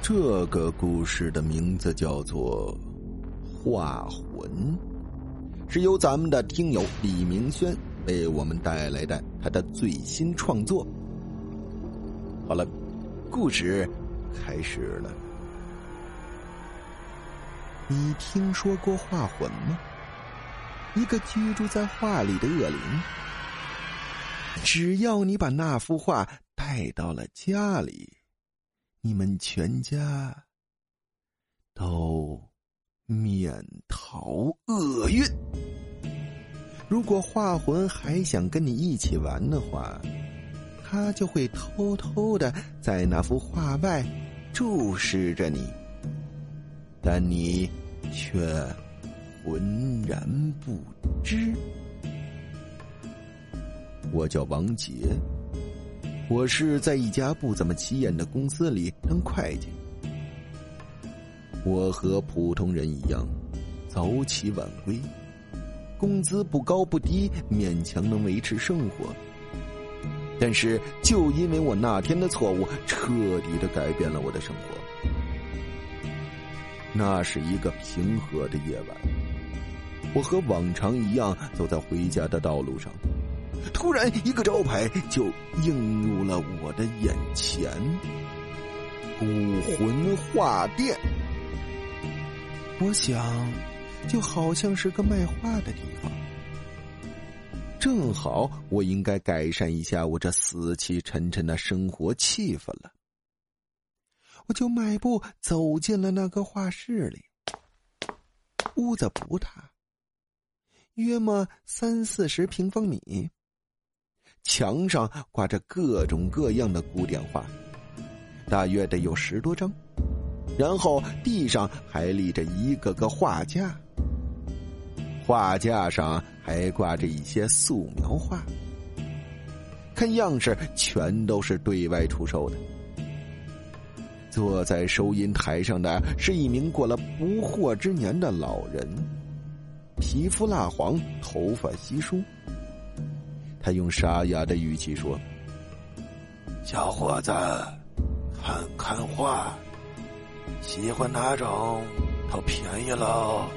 这个故事的名字叫做画魂，是由咱们的听友李明轩为我们带来的他的最新创作。好了，故事开始了。你听说过画魂吗？一个居住在画里的恶灵，只要你把那幅画带到了家里，你们全家都免逃厄运。如果画魂还想跟你一起玩的话，他就会偷偷的在那幅画外注视着你，但你却浑然不知。我叫王杰，我是在一家不怎么起眼的公司里当会计。我和普通人一样，早起晚归，工资不高不低，勉强能维持生活。但是就因为我那天的错误，彻底的改变了我的生活。那是一个平和的夜晚，我和往常一样走在回家的道路上，突然一个招牌就映入了我的眼前：孤魂画店。我想就好像是个卖画的地方，正好我应该改善一下我这死气沉沉的生活气氛了。我就迈步走进了那个画室里。屋子不大，约莫30-40平方米，墙上挂着各种各样的古典画，大约得有10多张。然后地上还立着一个个画架，画架上还挂着一些素描画，看样式全都是对外出售的。坐在收银台上的是一名过了不惑之年的老人，皮肤蜡黄，头发稀疏。他用沙哑的语气说：“小伙子，看看画，喜欢哪种都便宜了。”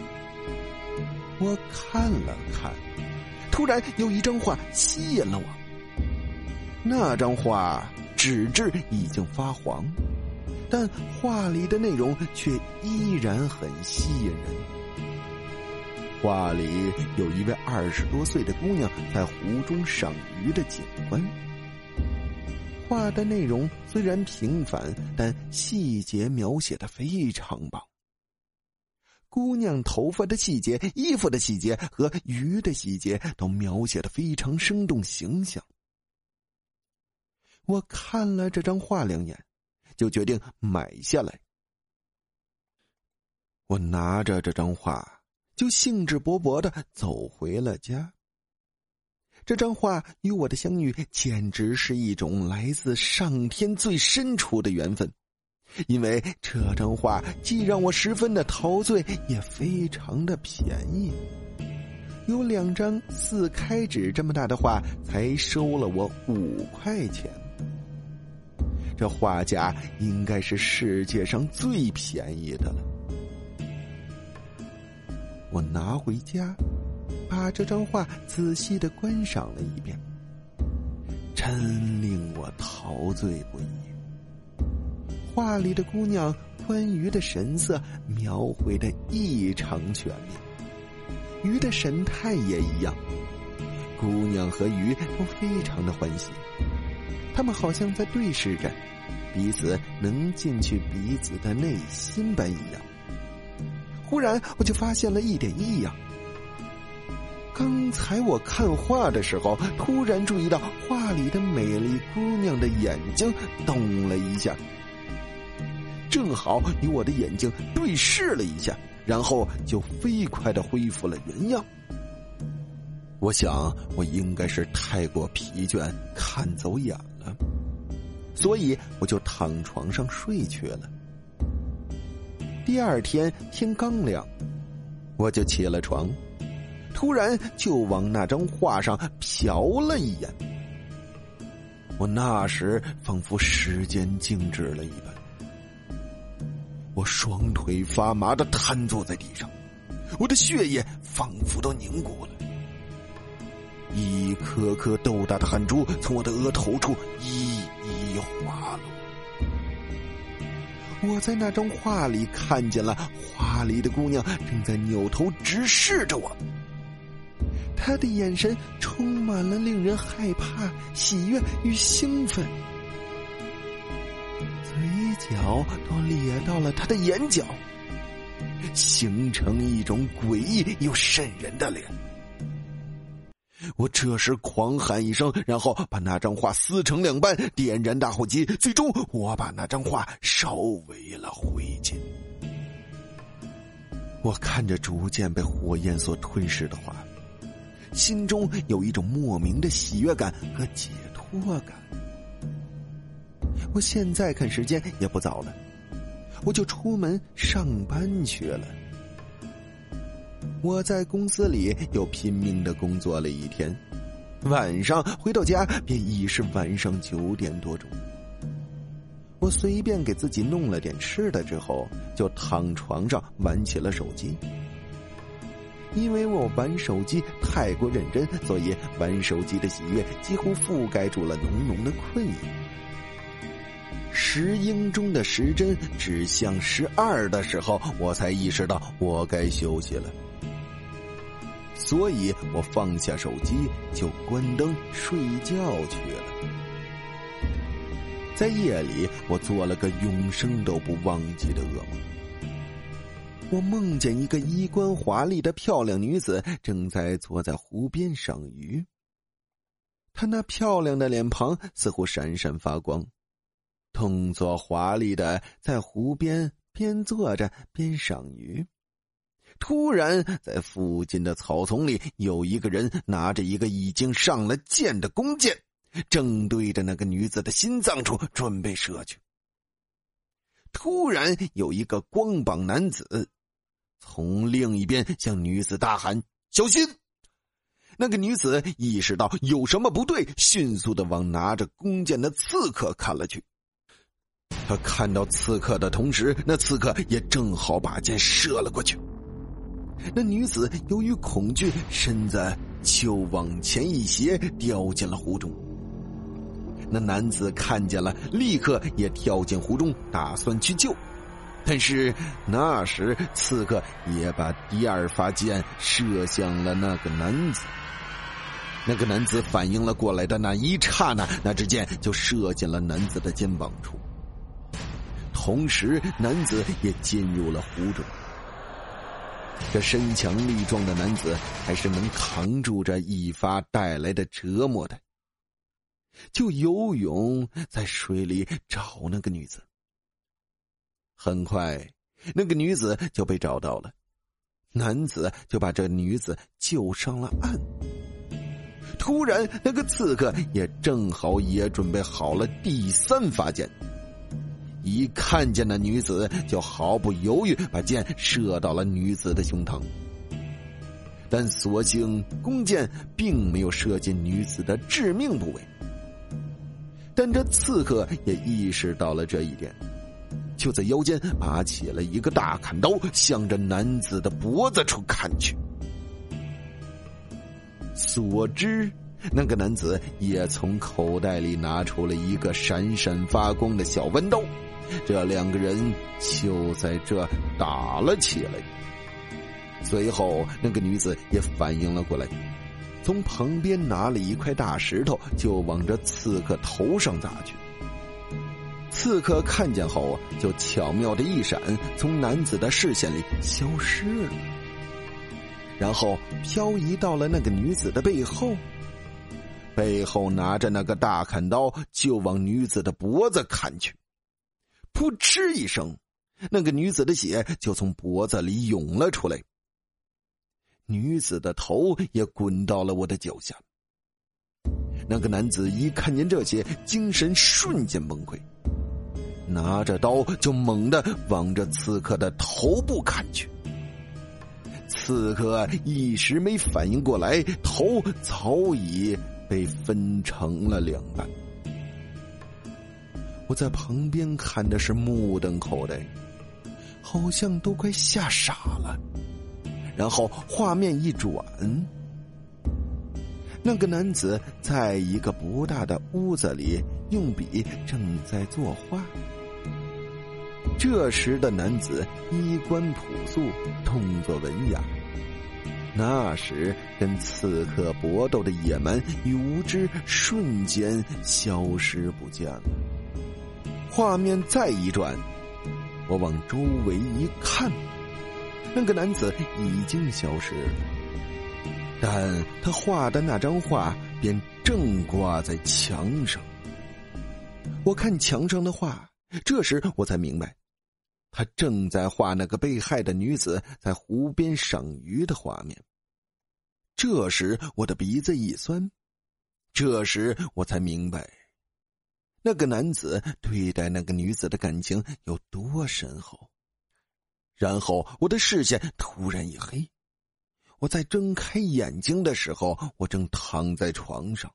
我看了看，突然有一张画吸引了我。那张画纸质已经发黄，但画里的内容却依然很吸引人。画里有一位20多岁的姑娘在湖中赏鱼的景观。画的内容虽然平凡，但细节描写得非常棒。姑娘头发的细节、衣服的细节和鱼的细节都描写得非常生动形象。我看了这张画2眼，就决定买下来。我拿着这张画，就兴致勃勃地走回了家。这张画与我的相遇简直是一种来自上天最深处的缘分，因为这张画既让我十分的陶醉，也非常的便宜。有2张4开纸这么大的画，才收了我5块钱。这画价应该是世界上最便宜的了。我拿回家，把这张画仔细地观赏了一遍，真令我陶醉不已。画里的姑娘观鱼的神色描绘得异常全面，鱼的神态也一样，姑娘和鱼都非常的欢喜，他们好像在对视着，彼此能进去彼此的内心般一样。忽然我就发现了一点异样。刚才我看画的时候，突然注意到画里的美丽姑娘的眼睛动了一下，正好与我的眼睛对视了一下，然后就飞快地恢复了原样。我想我应该是太过疲倦，看走眼了，所以我就躺床上睡去了。第2天天刚亮，我就起了床，突然就往那张画上瞟了一眼。我那时仿佛时间静止了一般， 我双腿发麻的瘫坐在地上，我的血液仿佛都凝固了，一颗颗豆大的汗珠从我的额头处一一滑落。我在那张画里看见了画里的姑娘正在扭头直视着我，她的眼神充满了令人害怕、喜悦与兴奋，嘴角都咧到了她的眼角，形成一种诡异又瘆人的脸。我这时狂喊一声，然后把那张画撕成两半，点燃打火机，最终我把那张画烧为了灰烬。我看着逐渐被火焰所吞噬的画，心中有一种莫名的喜悦感和解脱感。我现在看时间也不早了，我就出门上班去了。我在公司里又拼命地工作了一天，晚上回到家便已是晚上9点多钟。我随便给自己弄了点吃的之后，就躺床上玩起了手机。因为我玩手机太过认真，所以玩手机的喜悦几乎覆盖住了浓浓的困意。10英中的时针指向12的时候，我才意识到我该休息了。所以我放下手机就关灯睡觉去了。在夜里，我做了个永生都不忘记的噩梦。我梦见一个衣冠华丽的漂亮女子正在坐在湖边赏鱼，她那漂亮的脸庞似乎闪闪发光，动作华丽的在湖边边坐着边赏鱼。突然在附近的草丛里，有一个人拿着一个已经上了箭的弓箭，正对着那个女子的心脏处准备射去。突然有一个光膀男子从另一边向女子大喊：小心！那个女子意识到有什么不对，迅速地往拿着弓箭的刺客看了去。他看到刺客的同时，那刺客也正好把箭射了过去。那女子由于恐惧，身子就往前一斜，掉进了湖中。那男子看见了，立刻也跳进湖中，打算去救。但是那时刺客也把第二发箭射向了那个男子。那个男子反应了过来的那一刹那，那支箭就射进了男子的肩膀处，同时男子也进入了湖中。这身强力壮的男子还是能扛住这一发带来的折磨的，就游泳在水里找那个女子。很快那个女子就被找到了，男子就把这女子救上了岸。突然那个刺客也正好也准备好了第3发箭，一看见那女子就毫不犹豫把箭射到了女子的胸膛，但所幸弓箭并没有射进女子的致命部位。但这刺客也意识到了这一点，就在腰间拔起了一个大砍刀，向着男子的脖子处砍去。所知那个男子也从口袋里拿出了一个闪闪发光的小弯刀，这2个人就在这打了起来。随后那个女子也反应了过来，从旁边拿了一块大石头就往这刺客头上砸去。刺客看见后就巧妙的一闪，从男子的视线里消失了，然后漂移到了那个女子的背后，拿着那个大砍刀就往女子的脖子砍去。噗嗤一声，那个女子的血就从脖子里涌了出来，女子的头也滚到了我的脚下。那个男子一看见这些，精神瞬间崩溃，拿着刀就猛地往着刺客的头部砍去。刺客一时没反应过来，头早已被分成了2半。我在旁边看的是目瞪口呆， 好像都快吓傻了。然后画面一转，那个男子在一个不大的屋子里用笔正在作画。这时的男子衣冠朴素，动作文雅，那时跟刺客搏斗的野蛮与无知瞬间消失不见了。画面再一转，我往周围一看，那个男子已经消失了，但他画的那张画便正挂在墙上。我看墙上的画，这时我才明白，他正在画那个被害的女子在湖边赏鱼的画面。这时我的鼻子一酸，这时我才明白，那个男子对待那个女子的感情有多深厚。然后我的视线突然一黑，我在睁开眼睛的时候，我正躺在床上。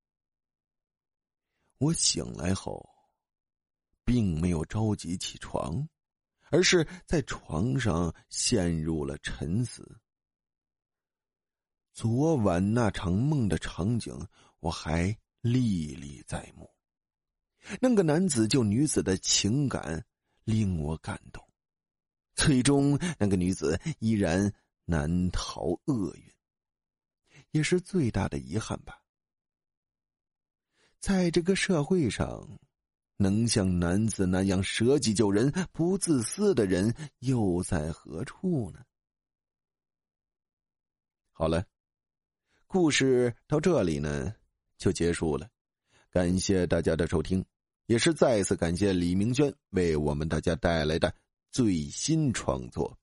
我醒来后并没有着急起床，而是在床上陷入了沉思。昨晚那场梦的场景我还历历在目，那个男子救女子的情感令我感动，最终那个女子依然难逃厄运，也是最大的遗憾吧。在这个社会上，能像男子那样舍己救人、不自私的人又在何处呢？好了，故事到这里呢就结束了，感谢大家的收听，也是再次感谢李明轩为我们大家带来的最新创作。